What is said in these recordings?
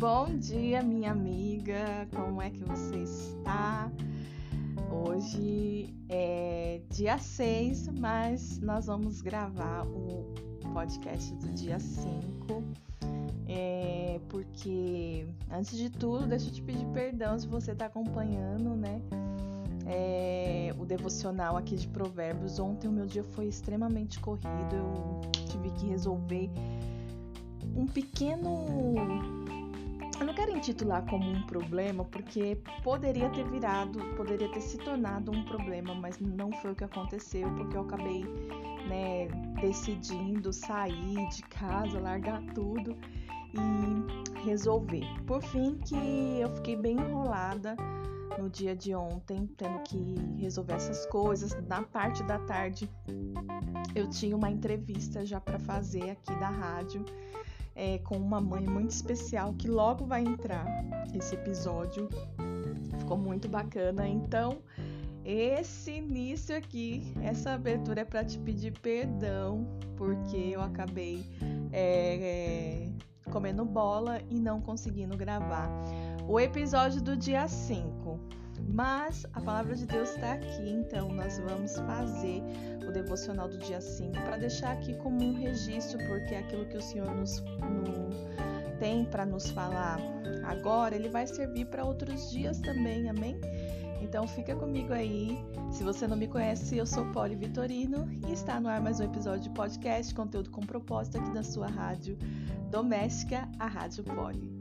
Bom dia, minha amiga, como é que você está? Hoje é dia 6, mas nós vamos gravar o podcast do dia 5, porque, antes de tudo, deixa eu te pedir perdão se você está acompanhando, né? O devocional aqui de Provérbios. Ontem o meu dia foi extremamente corrido, eu tive que resolver um pequeno... Eu não quero intitular como um problema, porque poderia ter se tornado um problema, mas não foi o que aconteceu, porque eu acabei, decidindo sair de casa, largar tudo e resolver. Por fim, que eu fiquei bem enrolada no dia de ontem, tendo que resolver essas coisas. Na parte da tarde, eu tinha uma entrevista já para fazer aqui da rádio, com uma mãe muito especial, que logo vai entrar esse episódio. Ficou muito bacana. Então, esse início aqui, essa abertura é para te pedir perdão, porque eu acabei comendo bola e não conseguindo gravar o episódio do dia 5. Mas a palavra de Deus está aqui, então nós vamos fazer o devocional do dia 5 para deixar aqui como um registro, porque aquilo que o Senhor tem para nos falar agora, Ele vai servir para outros dias também, amém? Então fica comigo aí. Se você não me conhece, eu sou Poli Vitorino e está no ar mais um episódio de podcast, conteúdo com propósito aqui da sua rádio doméstica, a Rádio Poli.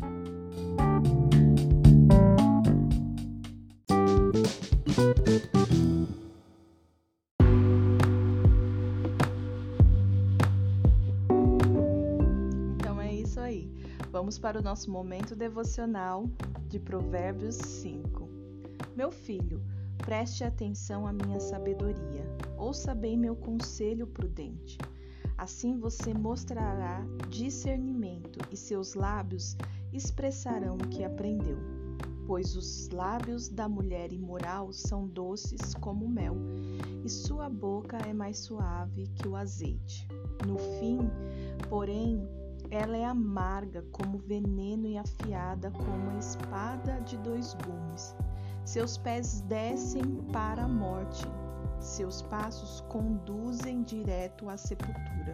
Então é isso aí. Vamos para o nosso momento devocional de Provérbios 5. Meu filho, preste atenção à minha sabedoria. Ouça bem meu conselho prudente. Assim você mostrará discernimento e seus lábios expressarão o que aprendeu. Pois os lábios da mulher imoral são doces como mel, e sua boca é mais suave que o azeite. No fim, porém, ela é amarga como veneno e afiada como a espada de dois gumes. Seus pés descem para a morte, seus passos conduzem direto à sepultura.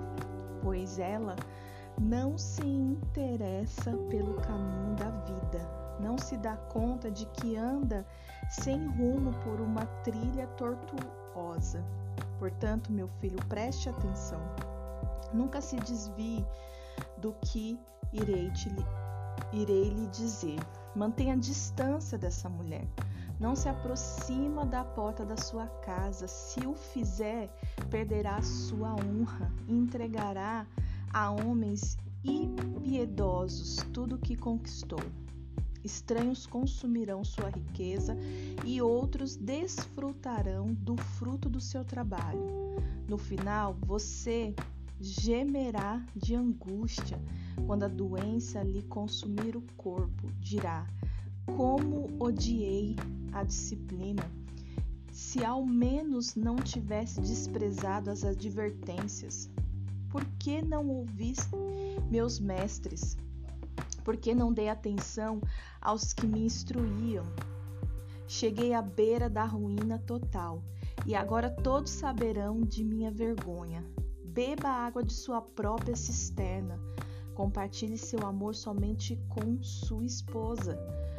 Pois ela não se interessa pelo caminho da vida, não se dá conta de que anda sem rumo por uma trilha tortuosa. Portanto, meu filho, preste atenção. Nunca se desvie do que irei lhe dizer. Mantenha distância dessa mulher. Não se aproxima da porta da sua casa. Se o fizer, perderá a sua honra e entregará a homens impiedosos tudo o que conquistou. Estranhos consumirão sua riqueza e outros desfrutarão do fruto do seu trabalho. No final, você gemerá de angústia quando a doença lhe consumir o corpo. Dirá: como odiei a disciplina! Se ao menos não tivesse desprezado as advertências. Por que não ouvi meus mestres? Por que não dei atenção aos que me instruíam? Cheguei à beira da ruína total, e agora todos saberão de minha vergonha. Beba a água de sua própria cisterna. Compartilhe seu amor somente com sua esposa.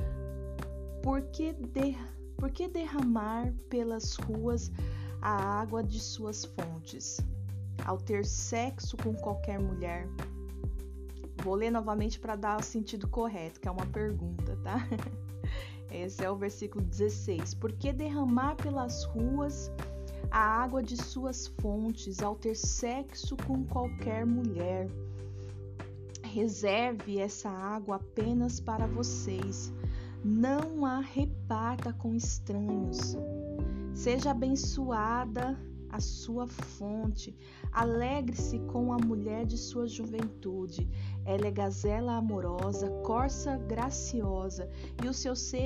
Por que derramar pelas ruas a água de suas fontes? Ao ter sexo com qualquer mulher. Vou ler novamente para dar o sentido correto, que é uma pergunta, tá? Esse é o versículo 16. Por que derramar pelas ruas a água de suas fontes, ao ter sexo com qualquer mulher? Reserve essa água apenas para vocês. Não a reparta com estranhos. Seja abençoada a sua fonte. Alegre-se com a mulher de sua juventude. Ela é gazela amorosa, corça graciosa, e os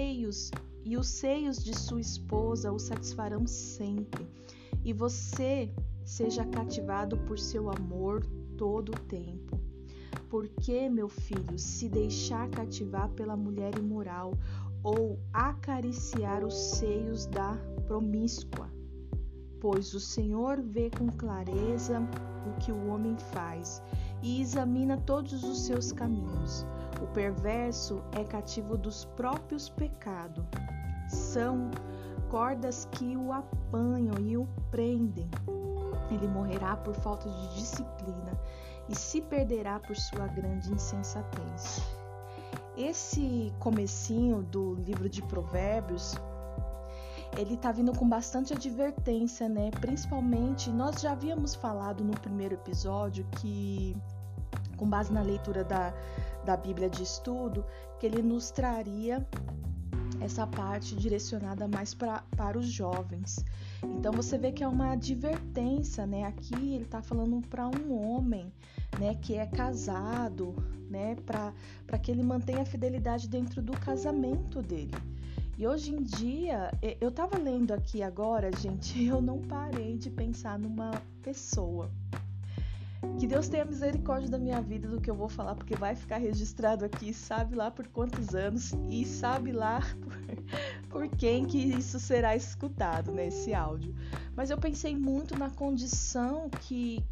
seios de sua esposa o satisfarão sempre. E você seja cativado por seu amor todo o tempo. porque, meu filho, se deixar cativar pela mulher imoral ou acariciar os seios da promíscua? Pois o Senhor vê com clareza o que o homem faz e examina todos os seus caminhos. O perverso é cativo dos próprios pecados. São cordas que o apanham e o prendem. Ele morrerá por falta de disciplina e se perderá por sua grande insensatez. Esse comecinho do livro de Provérbios, ele tá vindo com bastante advertência, né? Principalmente, nós já havíamos falado no primeiro episódio que, com base na leitura da Bíblia de estudo, que ele nos traria essa parte direcionada mais para os jovens. Então você vê que é uma advertência, né? Aqui ele está falando para um homem, né, que é casado, né, para que ele mantenha a fidelidade dentro do casamento dele. E hoje em dia, eu estava lendo aqui agora, gente, eu não parei de pensar numa pessoa. Que Deus tenha misericórdia da minha vida, do que eu vou falar, porque vai ficar registrado aqui, sabe lá por quantos anos, e sabe lá por quem que isso será escutado, né, esse áudio. Mas eu pensei muito na condição que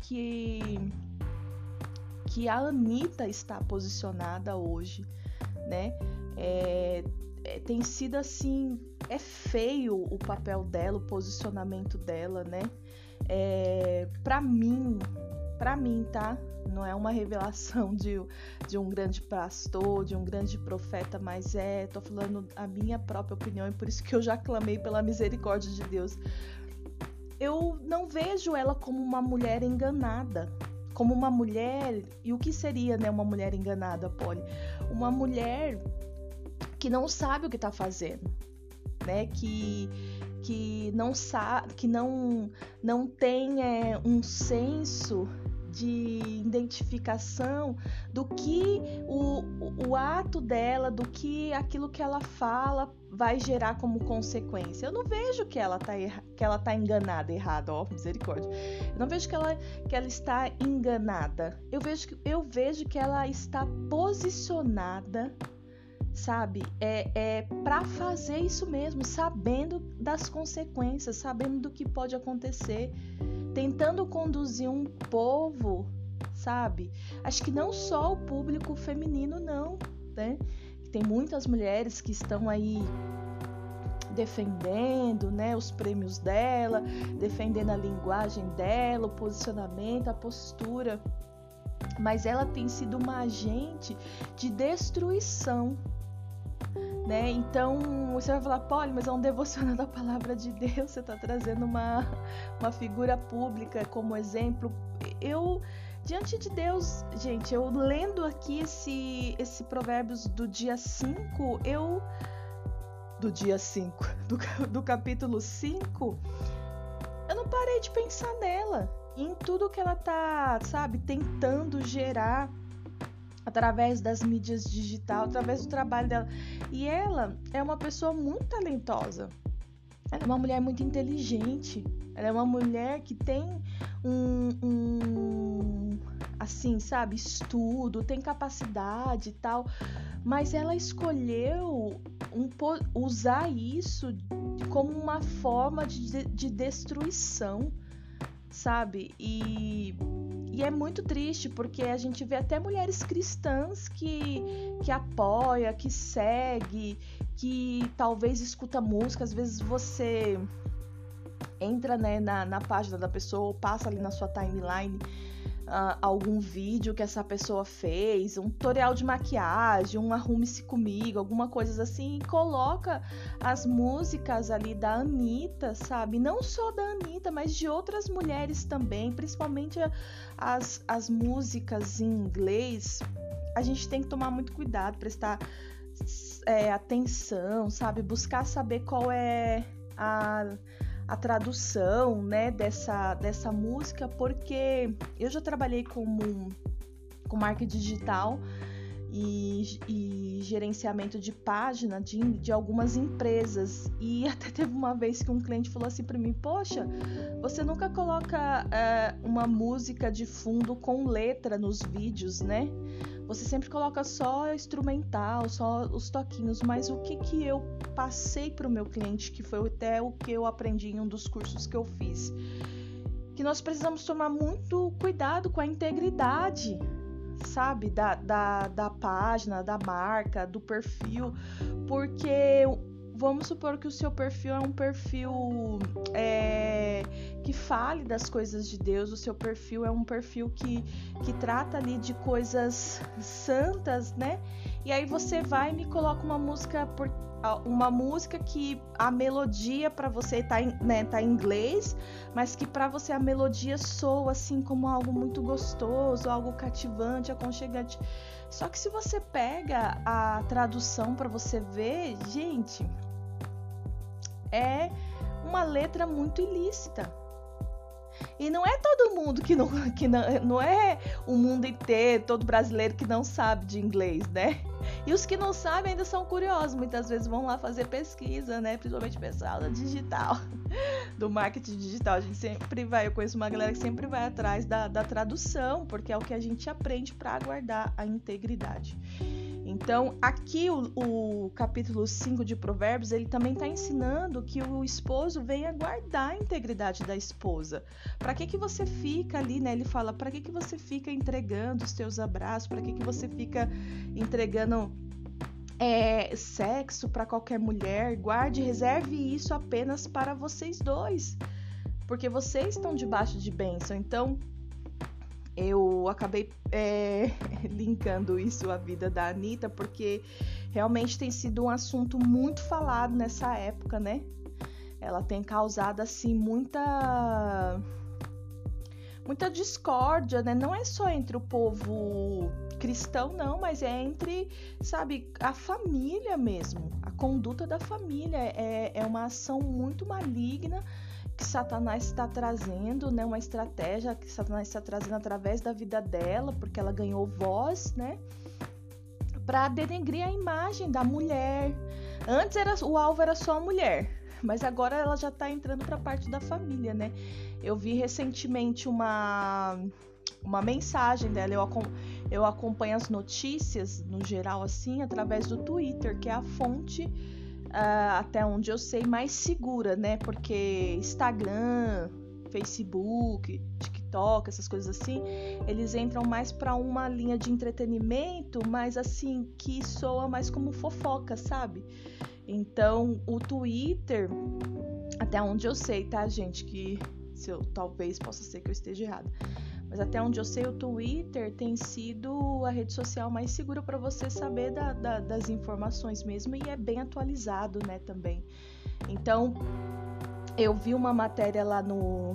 a Anitta está posicionada hoje, né? Tem sido assim, é feio o papel dela, o posicionamento dela, né? Pra mim, tá? Não é uma revelação de um grande pastor, de um grande profeta, mas tô falando a minha própria opinião, e por isso que eu já clamei pela misericórdia de Deus. Eu não vejo ela como uma mulher enganada, como uma mulher, e o que seria, né, uma mulher enganada, Polly? Uma mulher que não sabe o que está fazendo, né? Que não sabe, que não tem um senso de identificação do que o ato dela, do que aquilo que ela fala vai gerar como consequência. Eu não vejo que ela tá enganada, errada, ó, misericórdia. Eu não vejo que ela está enganada. Eu vejo que ela está posicionada, sabe, para fazer isso mesmo, sabendo das consequências, sabendo do que pode acontecer, tentando conduzir um povo, sabe? Acho que não só o público feminino, não, né? Tem muitas mulheres que estão aí defendendo, né, os prêmios dela, defendendo a linguagem dela, o posicionamento, a postura, mas ela tem sido uma agente de destruição, né? Então você vai falar, Polly, mas é um devocional da palavra de Deus, você está trazendo uma figura pública como exemplo. Diante de Deus, gente, eu lendo aqui esse Provérbios do dia 5, do capítulo 5, eu não parei de pensar nela, em tudo que ela tá, sabe, tentando gerar através das mídias digitais, através do trabalho dela. E ela é uma pessoa muito talentosa. Ela é uma mulher muito inteligente. Ela é uma mulher que tem assim, sabe, estudo, tem capacidade e tal. Mas ela escolheu usar isso como uma forma de destruição, sabe? E é muito triste, porque a gente vê até mulheres cristãs que apoia, que segue, que talvez escuta música. Às vezes você entra, né, na página da pessoa, ou passa ali na sua timeline algum vídeo que essa pessoa fez, um tutorial de maquiagem, um arrume-se comigo, alguma coisa assim, e coloca as músicas ali da Anitta, sabe? Não só da Anitta, mas de outras mulheres também, principalmente as músicas em inglês. A gente tem que tomar muito cuidado, prestar atenção, sabe? Buscar saber qual é a tradução, né, dessa música, porque eu já trabalhei com marketing digital e gerenciamento de página de algumas empresas. E até teve uma vez que um cliente falou assim para mim: poxa, você nunca coloca uma música de fundo com letra nos vídeos, né? Você sempre coloca só instrumental, só os toquinhos. Mas o que eu passei para o meu cliente, que foi até o que eu aprendi em um dos cursos que eu fiz, que nós precisamos tomar muito cuidado com a integridade, sabe, da página, da marca, do perfil, porque vamos supor que o seu perfil é um perfil que fale das coisas de Deus, o seu perfil é um perfil que trata ali de coisas santas, né? E aí você vai e me coloca uma música que a melodia para você tá em inglês, mas que para você a melodia soa assim como algo muito gostoso, algo cativante, aconchegante. Só que se você pega a tradução para você ver, gente, é uma letra muito ilícita. E não é todo mundo que não é o mundo inteiro, todo brasileiro que não sabe de inglês, né? E os que não sabem ainda são curiosos, muitas vezes vão lá fazer pesquisa, né? Principalmente o pessoal da digital, do marketing digital. A gente sempre vai, eu conheço uma galera que sempre vai atrás da tradução, porque é o que a gente aprende para guardar a integridade. Então, aqui o capítulo 5 de Provérbios, ele também está ensinando que o esposo venha guardar a integridade da esposa. Para que você fica ali, né? Ele fala, para que você fica entregando os teus abraços? Para que você fica entregando sexo para qualquer mulher? Guarde, reserve isso apenas para vocês dois, porque vocês estão debaixo de bênção. Então, eu acabei linkando isso à vida da Anitta, porque realmente tem sido um assunto muito falado nessa época, né? Ela tem causado, assim, muita discórdia, né? Não é só entre o povo cristão, não, mas é entre, sabe, a família mesmo. A conduta da família é uma ação muito maligna que Satanás está trazendo, né? Uma estratégia que Satanás está trazendo através da vida dela, porque ela ganhou voz, né? Para denegrir a imagem da mulher. Antes o alvo era só a mulher, mas agora ela já está entrando para a parte da família, né? Eu vi recentemente uma mensagem dela. Eu acompanho as notícias no geral assim através do Twitter, que é a fonte até onde eu sei mais segura, né? Porque Instagram, Facebook, TikTok, essas coisas assim, eles entram mais para uma linha de entretenimento, mas assim, que soa mais como fofoca, sabe? Então, o Twitter, até onde eu sei, tá, gente? Que talvez possa ser que eu esteja errada. Mas até onde eu sei, o Twitter tem sido a rede social mais segura para você saber das informações mesmo, e é bem atualizado, né, também. Então, eu vi uma matéria lá num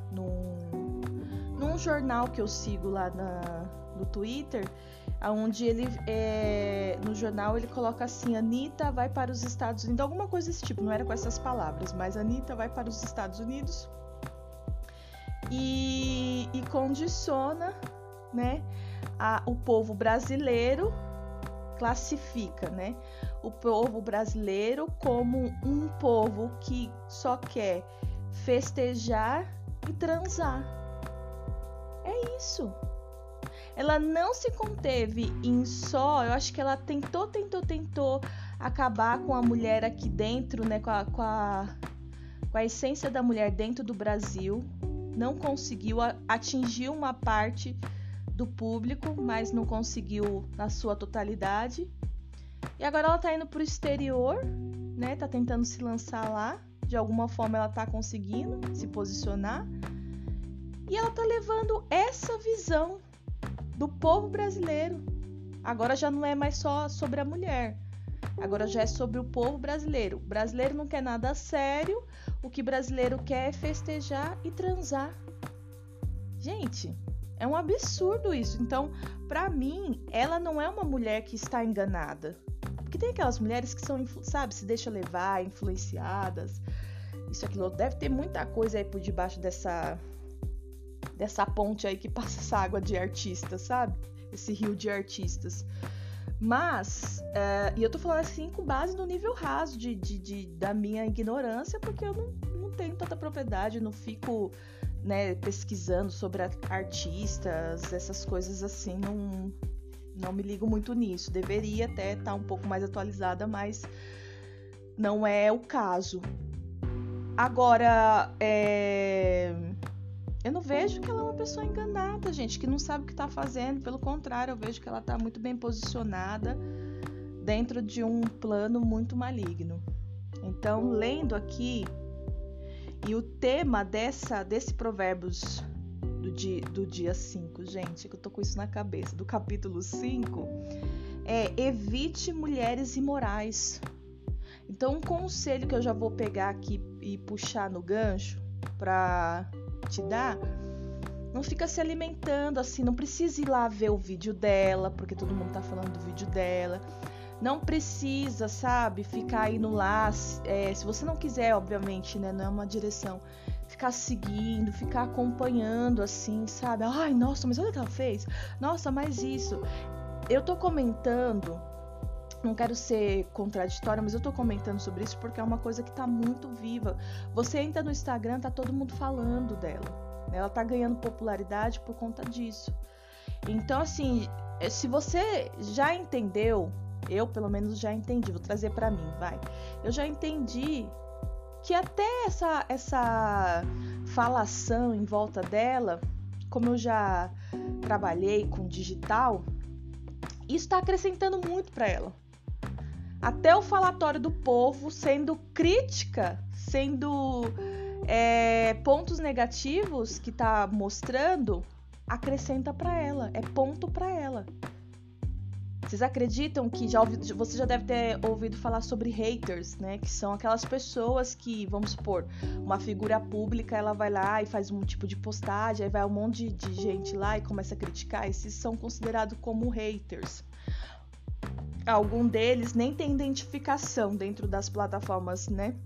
jornal que eu sigo lá no Twitter, onde ele, no jornal, ele coloca assim: Anitta vai para os Estados Unidos, alguma coisa desse tipo, não era com essas palavras, mas Anitta vai para os Estados Unidos e condiciona, né, o povo brasileiro, classifica, né, o povo brasileiro como um povo que só quer festejar e transar. É isso. Ela não se conteve em só, eu acho que ela tentou acabar com a mulher aqui dentro, né, com a essência da mulher dentro do Brasil. Não conseguiu, atingiu uma parte do público, mas não conseguiu na sua totalidade. E agora ela tá indo pro exterior, né? Tá tentando se lançar lá. De alguma forma ela tá conseguindo se posicionar. E ela tá levando essa visão do povo brasileiro. Agora já não é mais só sobre a mulher. Agora já é sobre o povo brasileiro. O brasileiro não quer nada sério. O que brasileiro quer é festejar e transar. Gente, é um absurdo isso. Então, pra mim, ela não é uma mulher que está enganada. Porque tem aquelas mulheres que são, sabe, se deixam levar, influenciadas. Isso, aquilo. Deve ter muita coisa aí por debaixo dessa ponte aí que passa essa água de artistas, sabe? Esse rio de artistas. Mas, e eu tô falando assim com base no nível raso da minha ignorância, porque eu não tenho tanta propriedade, não fico, né, pesquisando sobre artistas, essas coisas assim, não me ligo muito nisso. Deveria até estar um pouco mais atualizada, mas não é o caso. Agora, eu não vejo que ela é uma pessoa enganada, gente, que não sabe o que está fazendo. Pelo contrário, eu vejo que ela está muito bem posicionada dentro de um plano muito maligno. Então, lendo aqui, e o tema desse Provérbios do dia 5, gente, que eu tô com isso na cabeça, do capítulo 5, é: evite mulheres imorais. Então, um conselho que eu já vou pegar aqui e puxar no gancho pra te dar: não fica se alimentando assim, não precisa ir lá ver o vídeo dela, porque todo mundo tá falando do vídeo dela. Não precisa, sabe, ficar indo lá, se você não quiser, obviamente, né, não é uma direção, ficar seguindo, ficar acompanhando assim, sabe? Ai, nossa, mas olha o que ela fez. Nossa, mas isso. Eu tô comentando, não quero ser contraditória, mas eu tô comentando sobre isso porque é uma coisa que tá muito viva. Você entra no Instagram, tá todo mundo falando dela. Ela tá ganhando popularidade por conta disso. Então, assim, se você já entendeu, eu pelo menos já entendi, vou trazer pra mim, vai. Eu já entendi que até essa falação em volta dela, como eu já trabalhei com digital, isso tá acrescentando muito pra ela. Até o falatório do povo sendo crítica, sendo pontos negativos que tá mostrando, acrescenta pra ela, é ponto pra ela. Vocês acreditam que você já deve ter ouvido falar sobre haters, né? Que são aquelas pessoas que, vamos supor, uma figura pública, ela vai lá e faz um tipo de postagem, aí vai um monte de gente lá e começa a criticar. Esses são considerados como haters. Algum deles nem tem identificação dentro das plataformas, né,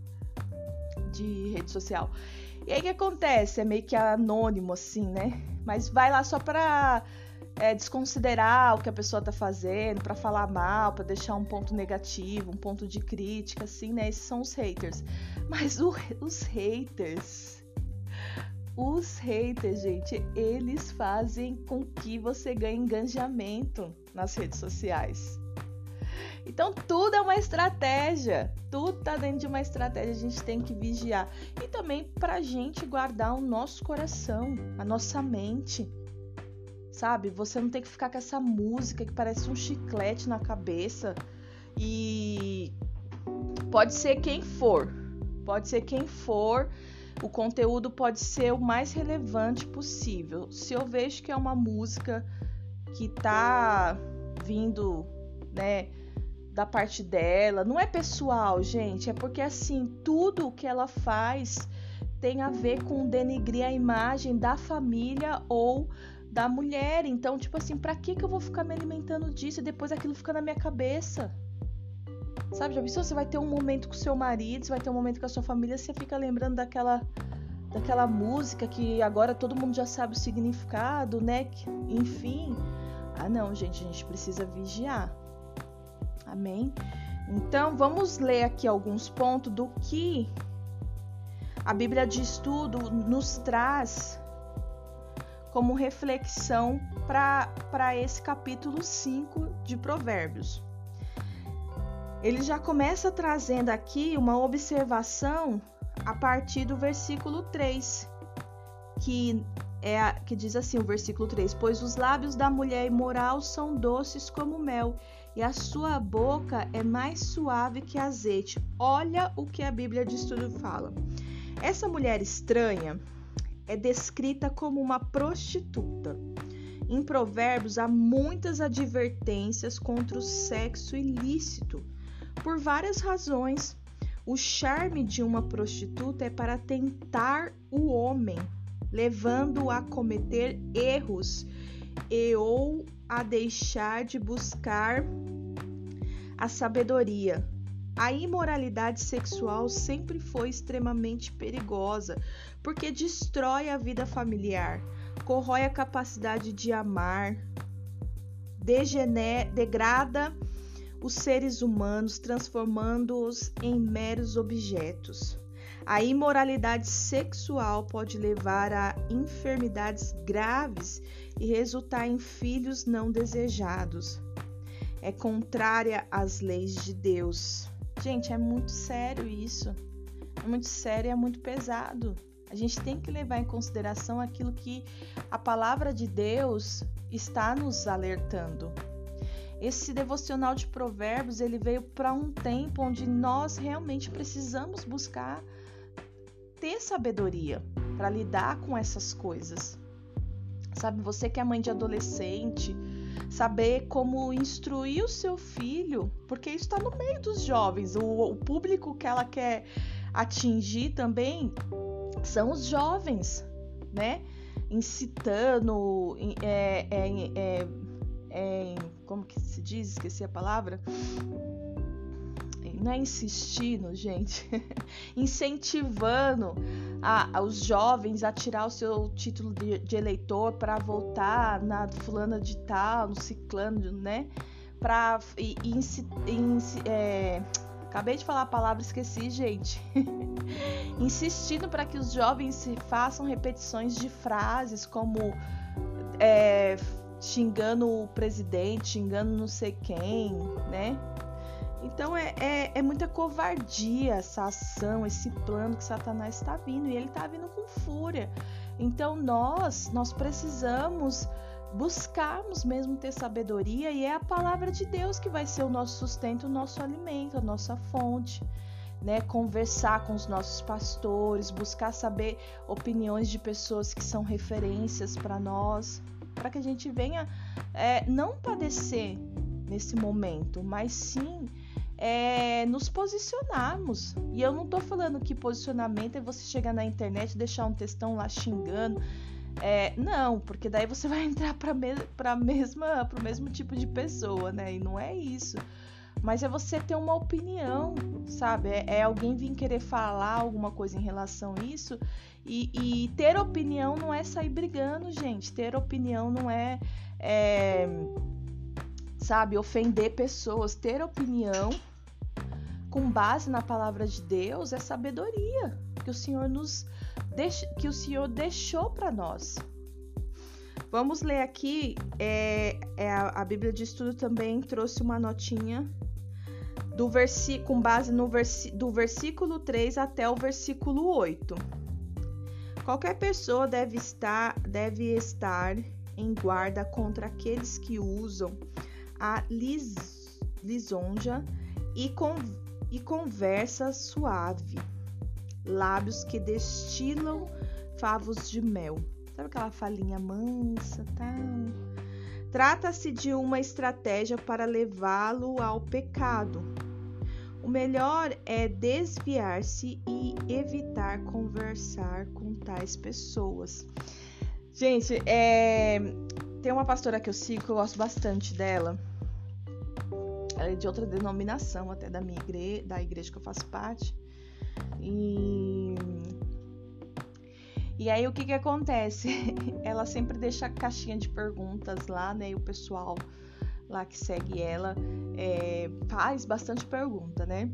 de rede social. E aí o que acontece? É meio que anônimo, assim, né? Mas vai lá só pra desconsiderar o que a pessoa tá fazendo, pra falar mal, pra deixar um ponto negativo, um ponto de crítica, assim, né? Esses são os haters. Mas os haters, gente, eles fazem com que você ganhe engajamento nas redes sociais. Então, tudo é uma estratégia. Tudo tá dentro de uma estratégia, a gente tem que vigiar. E também pra gente guardar o nosso coração, a nossa mente. Sabe? Você não tem que ficar com essa música que parece um chiclete na cabeça. E pode ser quem for. O conteúdo pode ser o mais relevante possível. Se eu vejo que é uma música que tá vindo, né, da parte dela, não é pessoal, gente, é porque assim, tudo que ela faz tem a ver com denegrir a imagem da família ou da mulher. Então, tipo assim, pra que eu vou ficar me alimentando disso e depois aquilo fica na minha cabeça? Sabe, já pensou? Você vai ter um momento com seu marido, você vai ter um momento com a sua família, você fica lembrando daquela música que agora todo mundo já sabe o significado, né? Enfim. Ah, não, gente, a gente precisa vigiar. Amém? Então, vamos ler aqui alguns pontos do que a Bíblia de Estudo nos traz como reflexão para esse capítulo 5 de Provérbios. Ele já começa trazendo aqui uma observação a partir do versículo 3, que diz assim, o versículo 3: pois os lábios da mulher imoral são doces como mel, e a sua boca é mais suave que azeite. Olha o que a Bíblia de Estudo fala. Essa mulher estranha é descrita como uma prostituta. Em Provérbios há muitas advertências contra o sexo ilícito, por várias razões. O charme de uma prostituta é para tentar o homem, levando-o a cometer erros ou a deixar de buscar a sabedoria. A imoralidade sexual sempre foi extremamente perigosa, porque destrói a vida familiar, corrói a capacidade de amar, degrada os seres humanos, transformando-os em meros objetos. A imoralidade sexual pode levar a enfermidades graves e resultar em filhos não desejados. É contrária às leis de Deus. Gente, é muito sério isso. É muito sério e é muito pesado. A gente tem que levar em consideração aquilo que a palavra de Deus está nos alertando. Esse devocional de Provérbios, ele veio para um tempo onde nós realmente precisamos buscar ter sabedoria para lidar com essas coisas. Sabe, você que é mãe de adolescente, saber como instruir o seu filho, porque isso está no meio dos jovens. O público que ela quer atingir também são os jovens, né? Incitando, como que se diz? Esqueci a palavra. Não é insistindo, gente. Incentivando os jovens a tirar o seu título de eleitor para votar na fulana de tal, no ciclano, né? Acabei de falar a palavra, esqueci, gente. Insistindo para que os jovens façam repetições de frases como xingando o presidente, xingando não sei quem, né? Então é muita covardia essa ação, esse plano que Satanás está vindo, e ele está vindo com fúria. Então nós precisamos buscarmos mesmo ter sabedoria, e é a palavra de Deus que vai ser o nosso sustento, o nosso alimento, a nossa fonte, né? Conversar com os nossos pastores, buscar saber opiniões de pessoas que são referências para nós, para que a gente venha não padecer nesse momento, mas sim nos posicionarmos. E eu não tô falando que posicionamento é você chegar na internet e deixar um textão lá xingando, não, porque daí você vai entrar pro mesmo tipo de pessoa, né? E não é isso. Mas é você ter uma opinião, sabe? É alguém vir querer falar alguma coisa em relação a isso. E ter opinião não é sair brigando, gente. Ter opinião não sabe, ofender pessoas. Ter opinião com base na palavra de Deus é sabedoria que o Senhor deixou para nós. Vamos ler aqui, a Bíblia de Estudo também trouxe uma notinha com base do versículo 3 até o versículo 8. Qualquer pessoa deve estar em guarda contra aqueles que usam a lisonja e conversa suave, lábios que destilam favos de mel. Sabe aquela falinha mansa, tal? Trata-se de uma estratégia para levá-lo ao pecado. O melhor é desviar-se e evitar conversar com tais pessoas. Gente, tem uma pastora que eu sigo, que eu gosto bastante dela. Ela é de outra denominação, até da minha igreja, da igreja que eu faço parte. E aí o que acontece? Ela sempre deixa a caixinha de perguntas lá, né? E o pessoal lá que segue ela faz bastante pergunta, né?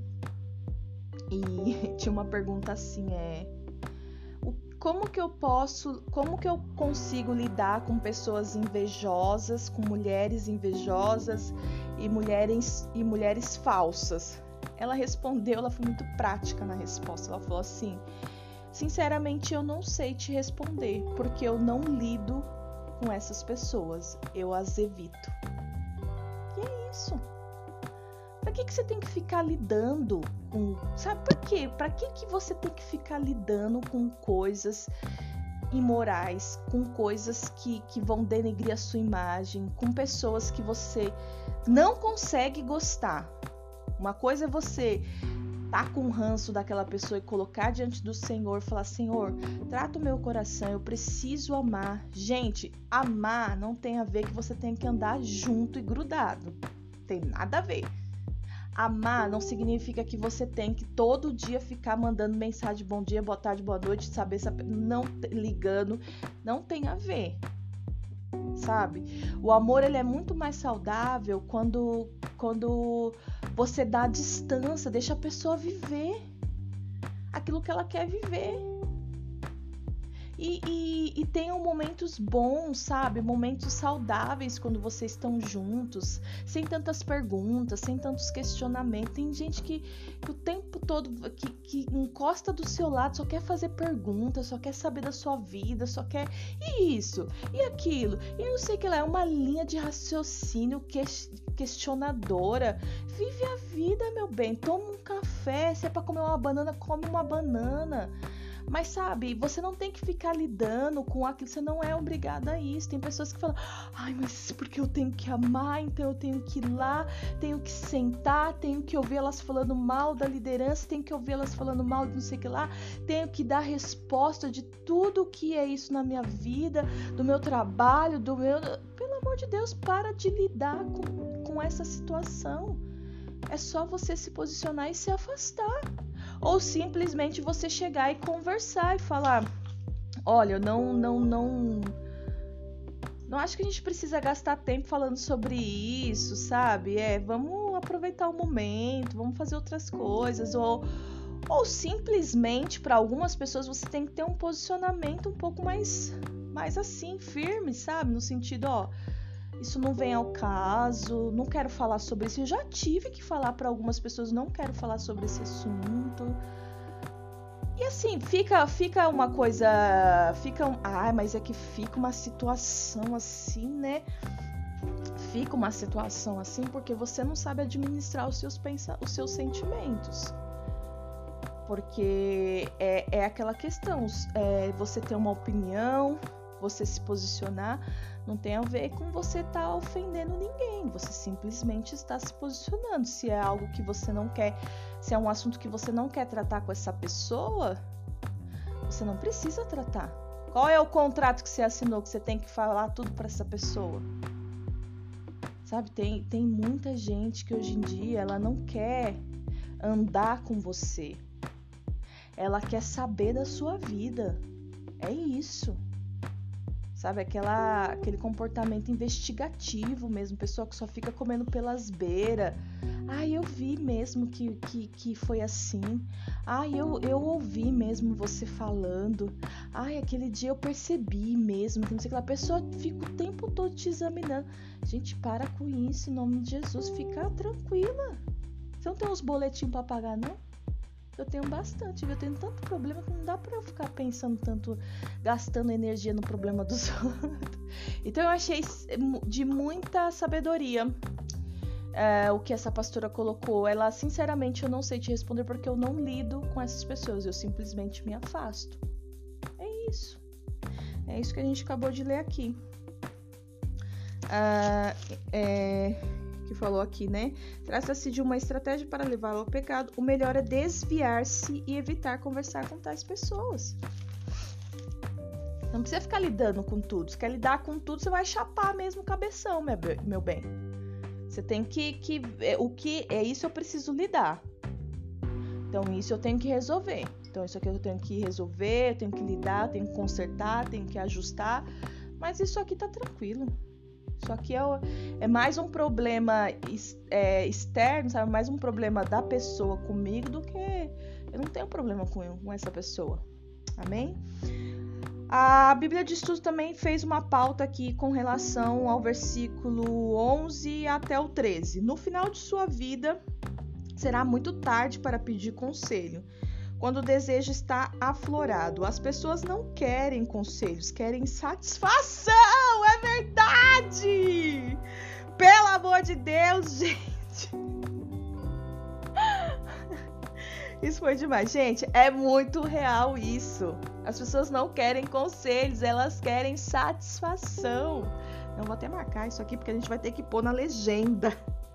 E tinha uma pergunta assim, como que eu consigo lidar com pessoas invejosas, com mulheres invejosas e mulheres falsas? Ela respondeu, ela foi muito prática na resposta. Ela falou assim: sinceramente, eu não sei te responder, porque eu não lido com essas pessoas, eu as evito. E é isso. Pra que você tem que ficar lidando com... Sabe por quê? Pra que você tem que ficar lidando com coisas imorais, com coisas que vão denegrir a sua imagem, com pessoas que você não consegue gostar? Uma coisa é você tá com ranço daquela pessoa e colocar diante do Senhor, falar: Senhor, trata o meu coração, eu preciso amar. Gente, amar não tem a ver que você tem que andar junto e grudado. Tem nada a ver. Amar não significa que você tem que todo dia ficar mandando mensagem de bom dia, boa tarde, boa noite, saber não ligando, não tem a ver. Sabe? O amor, ele é muito mais saudável quando quando você dá distância, deixa a pessoa viver aquilo que ela quer viver. E tenham momentos bons, sabe? Momentos saudáveis quando vocês estão juntos, sem tantas perguntas, sem tantos questionamentos. Tem gente que o tempo todo que encosta do seu lado, só quer fazer perguntas, só quer saber da sua vida, só quer isso, e aquilo, e não sei o que lá. É uma linha de raciocínio questionadora. Vive a vida, meu bem. Toma um café, se é pra comer uma banana, come uma banana. Mas sabe, você não tem que ficar lidando com aquilo, você não é obrigada a isso. Tem pessoas que falam, ai, mas porque eu tenho que amar, então eu tenho que ir lá, tenho que sentar, tenho que ouvir elas falando mal da liderança, tenho que ouvir elas falando mal de não sei o que lá, tenho que dar resposta de tudo que é isso na minha vida, do meu trabalho, do meu... Pelo amor de Deus, para de lidar com essa situação. É só você se posicionar e se afastar. Ou simplesmente você chegar e conversar e falar, olha, eu não acho que a gente precisa gastar tempo falando sobre isso, sabe? Vamos aproveitar o momento, vamos fazer outras coisas. Ou simplesmente, para algumas pessoas, você tem que ter um posicionamento um pouco mais assim, firme, sabe? No sentido, isso não vem ao caso, não quero falar sobre isso. Eu já tive que falar para algumas pessoas, não quero falar sobre esse assunto. E assim, fica uma coisa, mas é que fica uma situação assim, né? Fica uma situação assim porque você não sabe administrar os seus sentimentos. Porque é aquela questão, você ter uma opinião, você se posicionar, não tem a ver com você estar ofendendo ninguém. Você simplesmente está se posicionando. Se é algo que você não quer, se é um assunto que você não quer tratar com essa pessoa, você não precisa tratar. Qual é o contrato que você assinou que você tem que falar tudo para essa pessoa? Sabe, tem muita gente que hoje em dia ela não quer andar com você. Ela quer saber da sua vida. É isso. Sabe, aquele comportamento investigativo mesmo, pessoa que só fica comendo pelas beiras. Eu vi mesmo que foi assim. Eu ouvi mesmo você falando. Aquele dia eu percebi mesmo. Não sei o que lá. A pessoa fica o tempo todo te examinando. Gente, para com isso, em nome de Jesus. Fica tranquila. Você não tem uns boletinhos pra pagar, não? Eu tenho bastante, eu tenho tanto problema que não dá pra eu ficar pensando tanto, gastando energia no problema dos outros. Então eu achei de muita sabedoria o que essa pastora colocou. Ela, sinceramente, eu não sei te responder porque eu não lido com essas pessoas, eu simplesmente me afasto. É isso que a gente acabou de ler aqui. Que falou aqui, né? Trata-se de uma estratégia para levá-lo ao pecado. O melhor é desviar-se e evitar conversar com tais pessoas. Não precisa ficar lidando com tudo. Se quer lidar com tudo, você vai chapar mesmo o cabeção, meu bem. Você tem que o que é isso eu preciso lidar. Então isso eu tenho que resolver. Então isso aqui eu tenho que resolver, eu tenho que lidar, eu tenho que consertar, tenho que ajustar. Mas isso aqui tá tranquilo. Isso aqui é mais um problema externo, sabe? Mais um problema da pessoa comigo do que eu não tenho problema com essa pessoa. Amém? A Bíblia de Estudo também fez uma pauta aqui com relação ao versículo 11 até o 13. No final de sua vida, será muito tarde para pedir conselho, quando o desejo está aflorado. As pessoas não querem conselhos, querem satisfação. É verdade! Pelo amor de Deus, gente! Isso foi demais. Gente, é muito real isso. As pessoas não querem conselhos, elas querem satisfação. Eu vou até marcar isso aqui, porque a gente vai ter que pôr na legenda.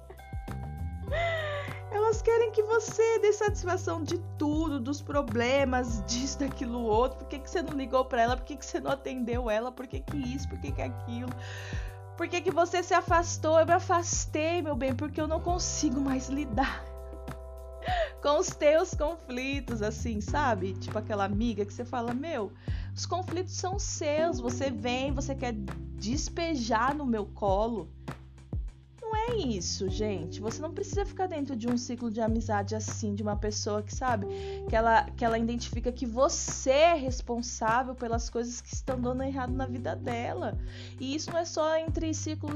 Elas querem que você dê satisfação de tudo, dos problemas, disso, daquilo, outro. Por que você não ligou pra ela? Por que você não atendeu ela? Por que isso? Por que aquilo? Por que você se afastou? Eu me afastei, meu bem, porque eu não consigo mais lidar com os teus conflitos, assim, sabe? Tipo aquela amiga que você fala, os conflitos são seus. Você vem, você quer despejar no meu colo. Não é isso, gente. Você não precisa ficar dentro de um ciclo de amizade assim, de uma pessoa que sabe, que ela identifica que você é responsável pelas coisas que estão dando errado na vida dela. E isso não é só entre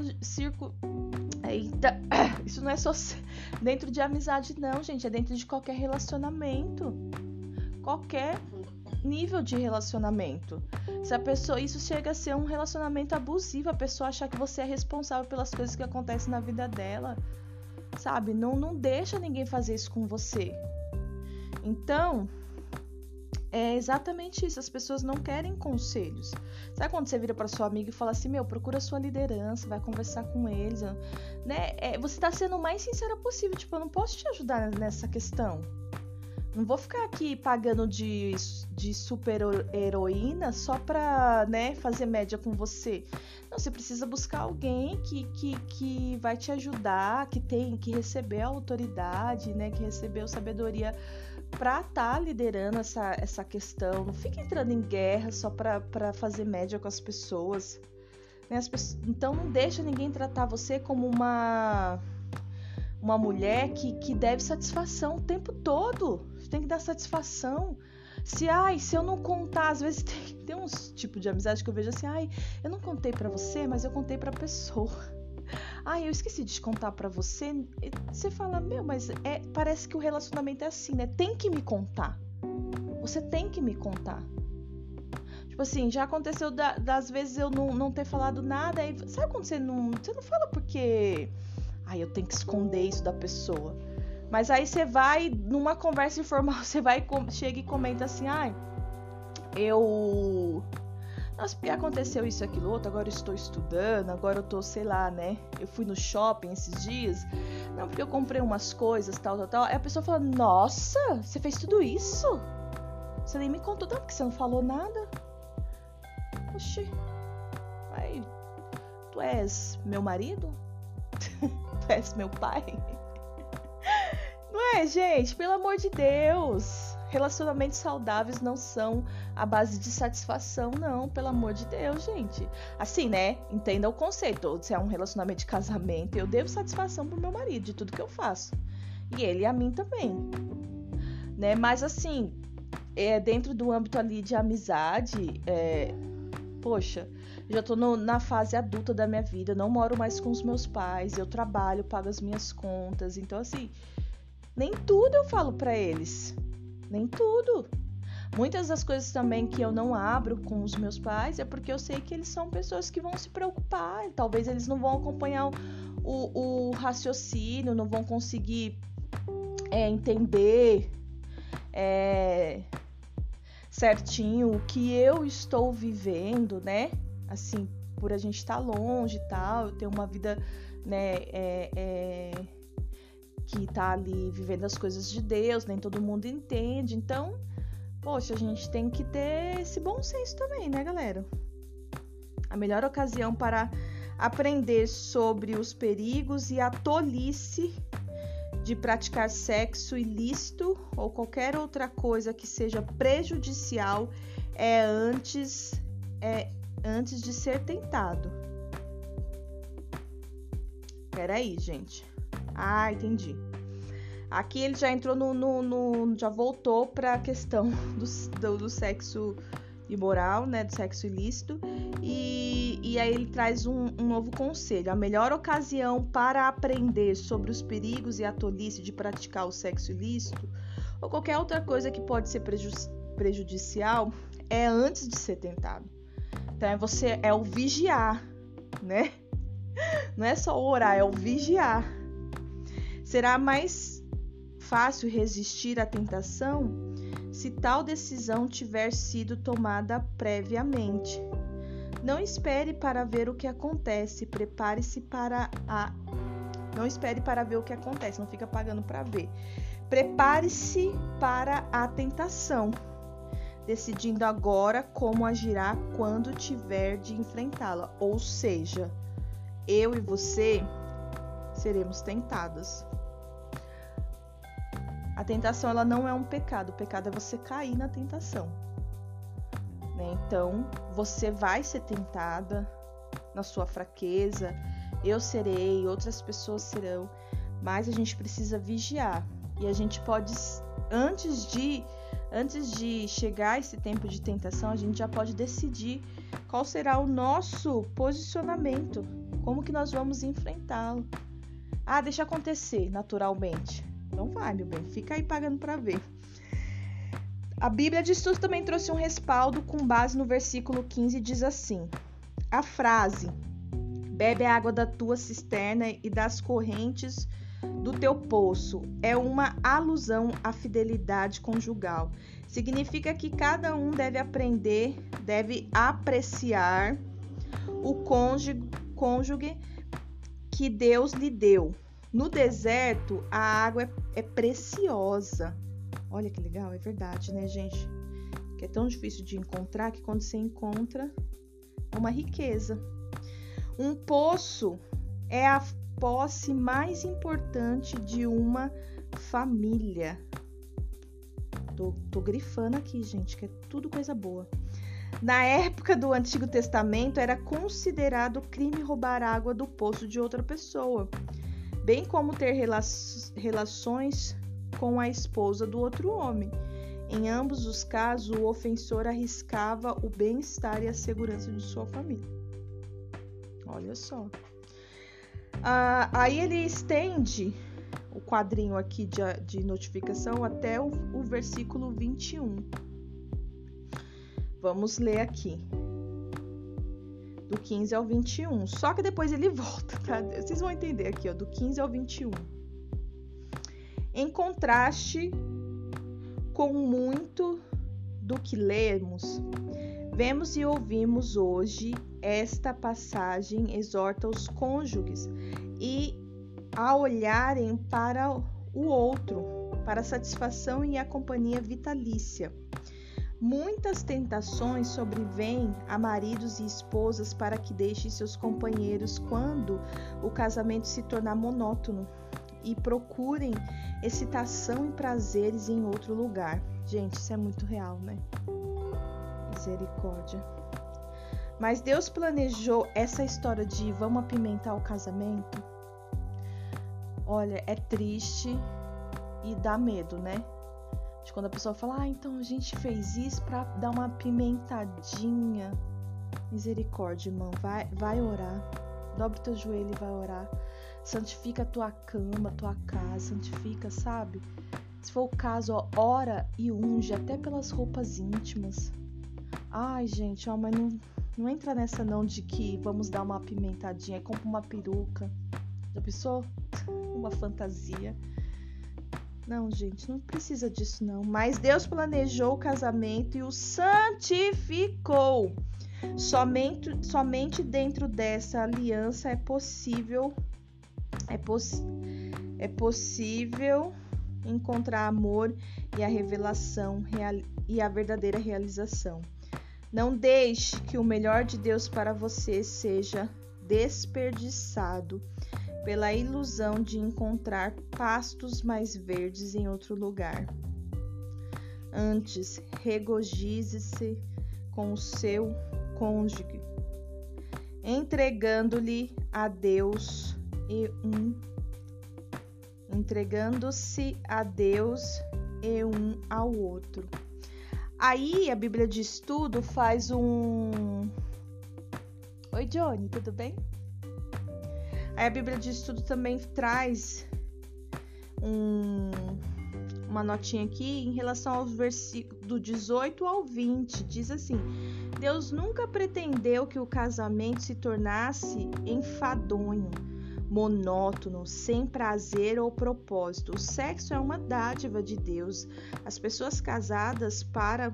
Eita, isso não é só dentro de amizade, não, gente. É dentro de qualquer relacionamento. Qualquer nível de relacionamento. Se a pessoa, isso chega a ser um relacionamento abusivo, a pessoa achar que você é responsável pelas coisas que acontecem na vida dela, sabe? Não deixa ninguém fazer isso com você. Então, é exatamente isso. As pessoas não querem conselhos. Sabe quando você vira para sua amiga e fala assim, procura a sua liderança, vai conversar com eles, né? Você tá sendo o mais sincera possível. Tipo, eu não posso te ajudar nessa questão. Não vou ficar aqui pagando de super heroína só pra, né, fazer média com você. Não, você precisa buscar alguém que vai te ajudar, que recebeu a autoridade, né, que recebeu sabedoria pra estar liderando essa questão. Não fique entrando em guerra só pra fazer média com as pessoas. Né? Então não deixa ninguém tratar você como uma mulher que deve satisfação o tempo todo. Você tem que dar satisfação. Se eu não contar, às vezes tem uns tipos de amizade que eu vejo assim, eu não contei pra você, mas eu contei pra pessoa. Eu esqueci de te contar pra você. Você fala, mas parece que o relacionamento é assim, né? Tem que me contar. Você tem que me contar. Tipo assim, já aconteceu das vezes eu não ter falado nada. Aí, sabe quando você não fala porque eu tenho que esconder isso da pessoa. Mas aí você vai, numa conversa informal, você chega e comenta assim, nossa, porque aconteceu isso, aquilo, outro, agora eu estou estudando, agora eu tô, sei lá, né? Eu fui no shopping esses dias, não, porque eu comprei umas coisas, tal. Aí a pessoa fala, nossa, você fez tudo isso? Você nem me contou, não, porque você não falou nada. Oxi, tu és meu marido? Tu és meu pai? Não é, gente? Pelo amor de Deus. Relacionamentos saudáveis não são a base de satisfação, não. Pelo amor de Deus, gente. Assim, né? Entenda o conceito. Se é um relacionamento de casamento, eu devo satisfação pro meu marido de tudo que eu faço. E ele a mim também. Né? Mas assim, dentro do âmbito ali de amizade, poxa, já tô na fase adulta da minha vida, não moro mais com os meus pais, eu trabalho, pago as minhas contas, então assim, nem tudo eu falo pra eles, nem tudo. Muitas das coisas também que eu não abro com os meus pais é porque eu sei que eles são pessoas que vão se preocupar, talvez eles não vão acompanhar o raciocínio, não vão conseguir entender certinho o que eu estou vivendo, né? Assim, por a gente estar longe e tal, eu tenho uma vida, né, que tá ali vivendo as coisas de Deus, nem todo mundo entende, então, poxa, a gente tem que ter esse bom senso também, né, galera? A melhor ocasião para aprender sobre os perigos e a tolice de praticar sexo ilícito ou qualquer outra coisa que seja prejudicial antes de ser tentado. Peraí, gente. Entendi. Aqui ele já entrou já voltou para a questão do sexo imoral, né, do sexo ilícito, e aí ele traz um novo conselho. A melhor ocasião para aprender sobre os perigos e a tolice de praticar o sexo ilícito ou qualquer outra coisa que pode ser prejudicial é antes de ser tentado. Então é o vigiar, né? Não é só orar, é o vigiar. Será mais fácil resistir à tentação se tal decisão tiver sido tomada previamente. Não espere para ver o que acontece, prepare-se para Não espere para ver o que acontece, não fica pagando para ver. Prepare-se para a tentação, decidindo agora como agirá quando tiver de enfrentá-la. Ou seja, eu e você seremos tentadas. A tentação, ela não é um pecado. O pecado é você cair na tentação, né? Então, você vai ser tentada na sua fraqueza, eu serei, outras pessoas serão, mas a gente precisa vigiar. E a gente pode, antes de chegar a esse tempo de tentação, a gente já pode decidir qual será o nosso posicionamento, como que nós vamos enfrentá-lo. Deixa acontecer naturalmente. Não vai, meu bem, fica aí pagando para ver. A Bíblia de Estudos também trouxe um respaldo com base no versículo 15, diz assim: a frase "bebe a água da tua cisterna e das correntes do teu poço" é uma alusão à fidelidade conjugal. Significa que cada um deve apreciar o cônjuge que Deus lhe deu. No deserto, a água é preciosa. Olha que legal, é verdade, né, gente? Que é tão difícil de encontrar que quando você encontra, é uma riqueza. Um poço é a posse mais importante de uma família. Tô grifando aqui, gente, que é tudo coisa boa. Na época do Antigo Testamento, era considerado crime roubar água do poço de outra pessoa, bem como ter relações com a esposa do outro homem. Em ambos os casos, o ofensor arriscava o bem-estar e a segurança de sua família. Olha só. Aí ele estende o quadrinho aqui de notificação até o versículo 21. Vamos ler aqui. Do 15 ao 21. Só que depois ele volta, tá? Vocês vão entender aqui, ó, do 15 ao 21. Em contraste com muito do que lemos, vemos e ouvimos hoje, esta passagem exorta os cônjuges a olharem para o outro, para a satisfação e a companhia vitalícia. Muitas tentações sobrevêm a maridos e esposas para que deixem seus companheiros quando o casamento se tornar monótono e procurem excitação e prazeres em outro lugar. Gente, isso é muito real, né? Misericórdia. Mas Deus planejou essa história de vamos apimentar o casamento. Olha, é triste e dá medo, né? De quando a pessoa fala, então a gente fez isso para dar uma apimentadinha. Misericórdia, irmão, vai orar. Dobre teu joelho e vai orar. Santifica a tua cama, a tua casa, santifica, sabe? Se for o caso, ó, ora e unge, até pelas roupas íntimas. Ai, gente, ó, mas não entra nessa não de que vamos dar uma apimentadinha, compra uma peruca. Já pensou? Uma fantasia. Não, gente, não precisa disso não. Mas Deus planejou o casamento e o santificou. Somente dentro dessa aliança é possível encontrar amor e a revelação e a verdadeira realização. Não deixe que o melhor de Deus para você seja desperdiçado pela ilusão de encontrar pastos mais verdes em outro lugar. Antes, regozije-se com o seu cônjuge, entregando-se a Deus e um ao outro. Aí a Bíblia de Estudo faz um... Oi, Johnny, tudo bem? Aí a Bíblia de Estudo também traz uma notinha aqui em relação aos versículos do 18 ao 20. Diz assim: Deus nunca pretendeu que o casamento se tornasse enfadonho, monótono, sem prazer ou propósito. O sexo é uma dádiva de Deus. As pessoas casadas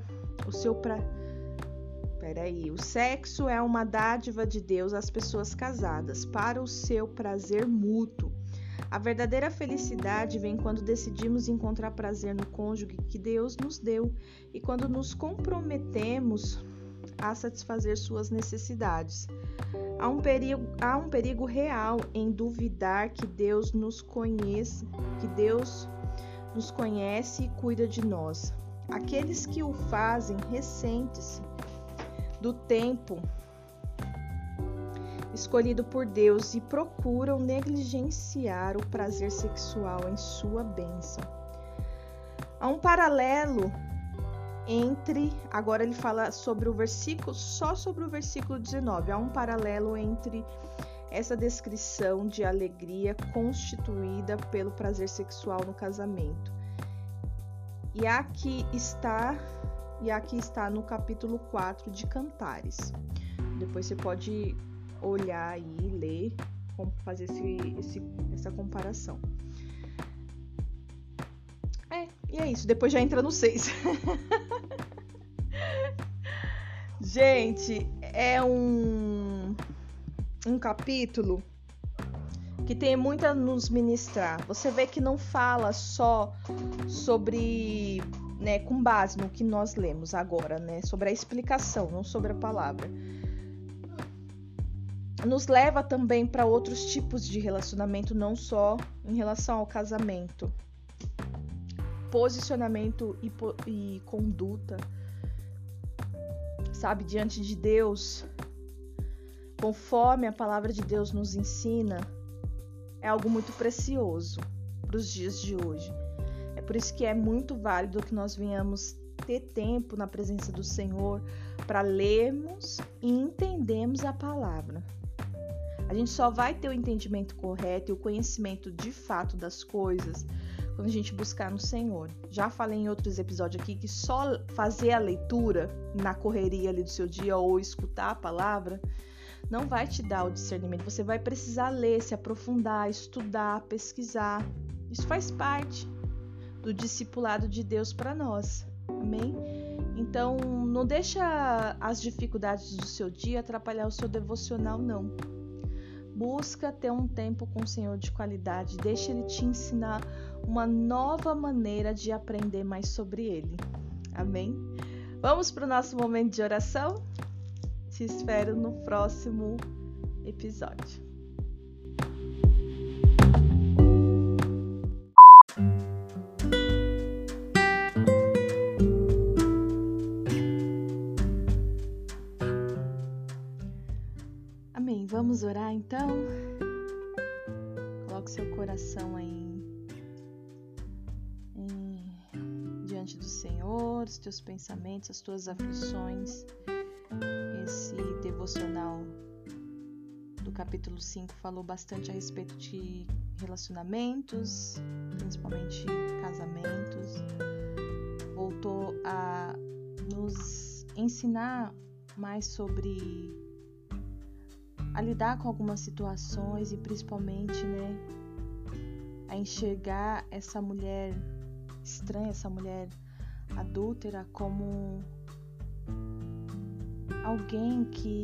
O sexo é uma dádiva de Deus às pessoas casadas para o seu prazer mútuo. A verdadeira felicidade vem quando decidimos encontrar prazer no cônjuge que Deus nos deu e quando nos comprometemos a satisfazer suas necessidades. Há um perigo real em duvidar que Deus nos conhece e cuida de nós. Aqueles que o fazem ressentem-se do tempo escolhido por Deus e procuram negligenciar o prazer sexual em sua bênção. Há um paralelo entre, agora ele fala sobre o versículo, só sobre o versículo 19, há um paralelo entre essa descrição de alegria constituída pelo prazer sexual no casamento. E aqui está no capítulo 4 de Cantares. Depois você pode olhar e ler, fazer essa comparação. E é isso, depois já entra no 6. Gente, é um capítulo que tem muito a nos ministrar. Você vê que não fala só sobre, com base no que nós lemos agora, sobre a explicação, não sobre a palavra. Nos leva também para outros tipos de relacionamento, não só em relação ao casamento. Posicionamento e conduta, sabe, diante de Deus, conforme a palavra de Deus nos ensina, é algo muito precioso para os dias de hoje. É por isso que é muito válido que nós venhamos ter tempo na presença do Senhor para lermos e entendermos a palavra. A gente só vai ter o entendimento correto e o conhecimento de fato das coisas quando a gente buscar no Senhor. Já falei em outros episódios aqui que só fazer a leitura na correria ali do seu dia ou escutar a palavra não vai te dar o discernimento. Você vai precisar ler, se aprofundar, estudar, pesquisar. Isso faz parte do discipulado de Deus para nós. Amém? Então, não deixa as dificuldades do seu dia atrapalhar o seu devocional, não. Busca ter um tempo com o Senhor de qualidade. Deixa Ele te ensinar uma nova maneira de aprender mais sobre Ele. Amém? Vamos para o nosso momento de oração? Te espero no próximo episódio. Amém. Vamos orar então? Coloque seu coração aí diante do Senhor, os teus pensamentos, as tuas aflições. Esse devocional do capítulo 5 falou bastante a respeito de relacionamentos, principalmente casamentos. Voltou a nos ensinar mais sobre a lidar com algumas situações e principalmente, a enxergar essa mulher estranha, essa mulher adúltera como alguém que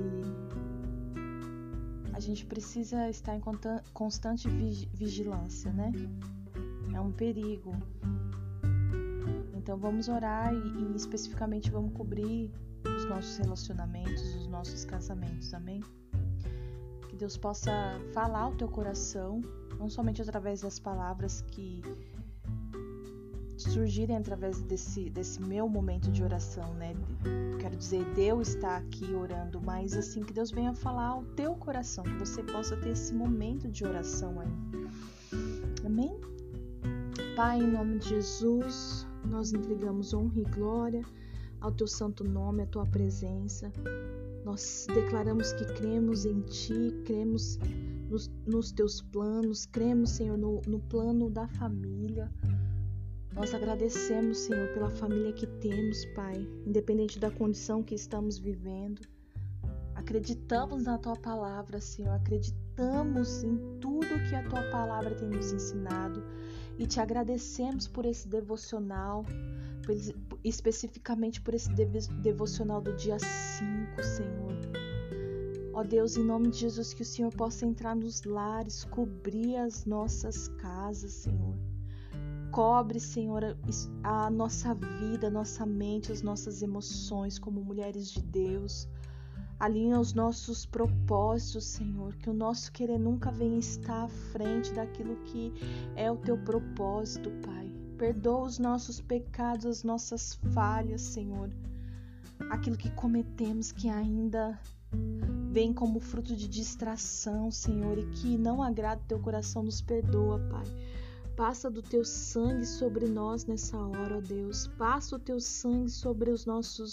a gente precisa estar em constante vigilância, É um perigo. Então vamos orar e especificamente vamos cobrir os nossos relacionamentos, os nossos casamentos, amém? Que Deus possa falar ao teu coração, não somente através das palavras que surgirem através desse meu momento de oração, Quero dizer, Deus está aqui orando, mas assim, que Deus venha falar ao teu coração, que você possa ter esse momento de oração aí. Amém? Pai, em nome de Jesus, nós entregamos honra e glória ao teu santo nome, à tua presença. Nós declaramos que cremos em ti, cremos nos teus planos, cremos, Senhor, no plano da família. Nós agradecemos, Senhor, pela família que temos, Pai, independente da condição que estamos vivendo. Acreditamos na Tua Palavra, Senhor, acreditamos em tudo que a Tua Palavra tem nos ensinado e Te agradecemos por esse devocional, especificamente por esse devocional do dia 5, Senhor. Ó Deus, em nome de Jesus, que o Senhor possa entrar nos lares, cobrir as nossas casas, Senhor. Cobre, Senhor, a nossa vida, a nossa mente, as nossas emoções como mulheres de Deus. Alinha os nossos propósitos, Senhor, que o nosso querer nunca venha estar à frente daquilo que é o Teu propósito, Pai. Perdoa os nossos pecados, as nossas falhas, Senhor. Aquilo que cometemos que ainda vem como fruto de distração, Senhor, e que não agrada o teu coração, nos perdoa, Pai. Passa do teu sangue sobre nós nessa hora, ó Deus. Passa o teu sangue sobre o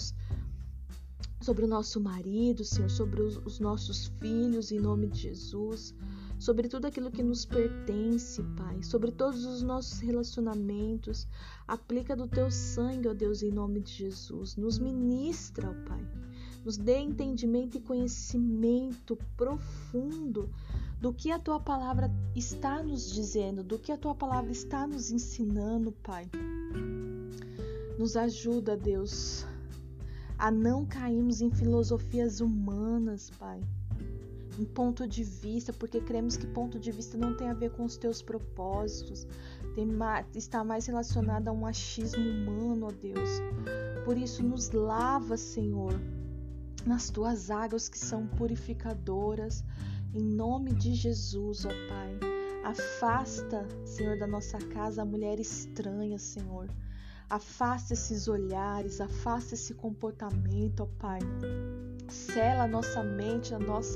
nosso marido, Senhor, sobre os nossos filhos, em nome de Jesus. Sobre tudo aquilo que nos pertence, Pai. Sobre todos os nossos relacionamentos. Aplica do teu sangue, ó Deus, em nome de Jesus. Nos ministra, ó Pai. Nos dê entendimento e conhecimento profundo do que a Tua Palavra está nos dizendo, do que a Tua Palavra está nos ensinando, Pai. Nos ajuda, Deus, a não cairmos em filosofias humanas, Pai, em ponto de vista, porque cremos que ponto de vista não tem a ver com os Teus propósitos, está mais relacionado a um achismo humano, ó Deus. Por isso, nos lava, Senhor, nas Tuas águas que são purificadoras, em nome de Jesus, ó Pai. Afasta, Senhor, da nossa casa a mulher estranha, Senhor. Afasta esses olhares, afasta esse comportamento, ó Pai. Sela a nossa mente,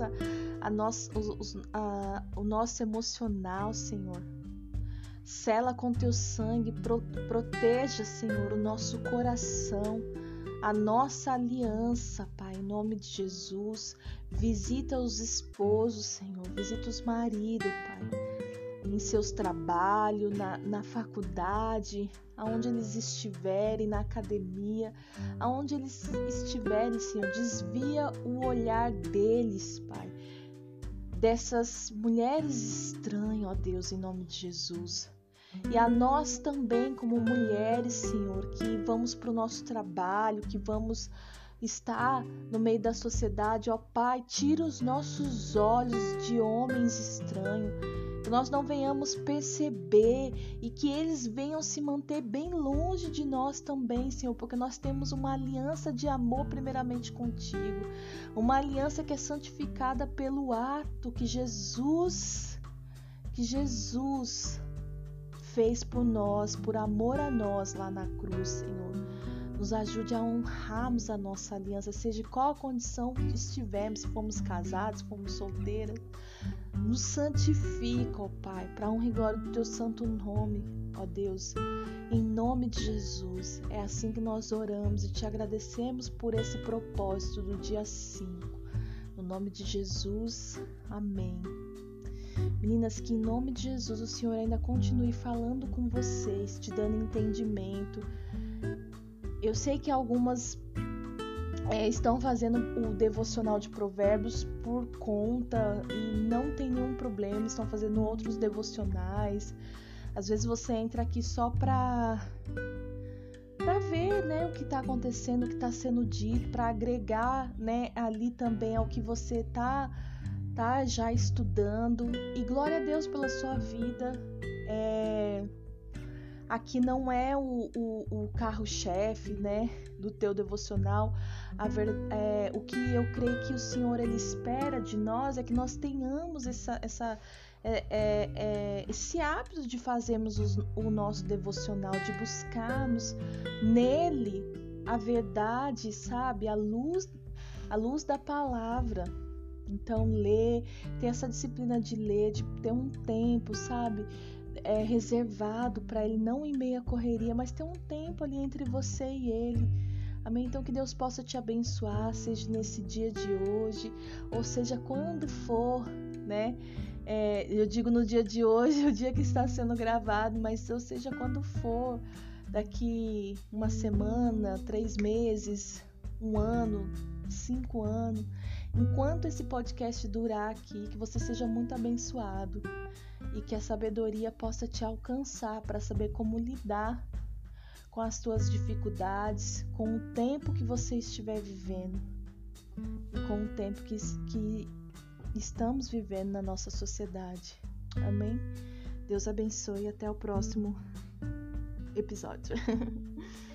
o nosso emocional, Senhor. Sela com Teu sangue, proteja, Senhor, o nosso coração, a nossa aliança, Pai, em nome de Jesus. Visita os esposos, Senhor, visita os maridos, Pai, em seus trabalhos, na faculdade, aonde eles estiverem, na academia, aonde eles estiverem, Senhor, desvia o olhar deles, Pai, dessas mulheres estranhas, ó Deus, em nome de Jesus. E a nós também, como mulheres, Senhor, que vamos para o nosso trabalho, que vamos estar no meio da sociedade, ó Pai, tira os nossos olhos de homens estranhos, que nós não venhamos perceber e que eles venham se manter bem longe de nós também, Senhor, porque nós temos uma aliança de amor primeiramente contigo, uma aliança que é santificada pelo ato que Jesus fez por nós, por amor a nós lá na cruz, Senhor. Nos ajude a honrarmos a nossa aliança, seja qual a condição que estivermos, se fomos casados, se fomos solteiras. Nos santifica, ó Pai, para a honra e glória do Teu santo nome, ó Deus. Em nome de Jesus, é assim que nós oramos e Te agradecemos por esse propósito do dia 5. No nome de Jesus, amém. Meninas, que em nome de Jesus o Senhor ainda continue falando com vocês, te dando entendimento. Eu sei que algumas estão fazendo o devocional de Provérbios por conta e não tem nenhum problema, estão fazendo outros devocionais. Às vezes você entra aqui só para ver, né, o que está acontecendo, o que está sendo dito, para agregar, né, ali também ao que você tá já estudando. E glória a Deus pela sua vida. Aqui não é o carro-chefe, né, do teu devocional. O que eu creio que o Senhor ele espera de nós é que nós tenhamos esse hábito de fazermos o nosso devocional, de buscarmos nele a verdade, sabe, a luz da palavra. Então, ter essa disciplina de ler, de ter um tempo, sabe, reservado para ele, não em meio à correria, mas ter um tempo ali entre você e ele. Amém? Então, que Deus possa te abençoar, seja nesse dia de hoje, ou seja, quando for, né? Eu digo no dia de hoje, o dia que está sendo gravado, mas ou seja, quando for, daqui uma semana, 3 meses, 1 ano, 5 anos, enquanto esse podcast durar aqui, que você seja muito abençoado e que a sabedoria possa te alcançar para saber como lidar com as tuas dificuldades, com o tempo que você estiver vivendo e com o tempo que estamos vivendo na nossa sociedade. Amém? Deus abençoe e até o próximo episódio.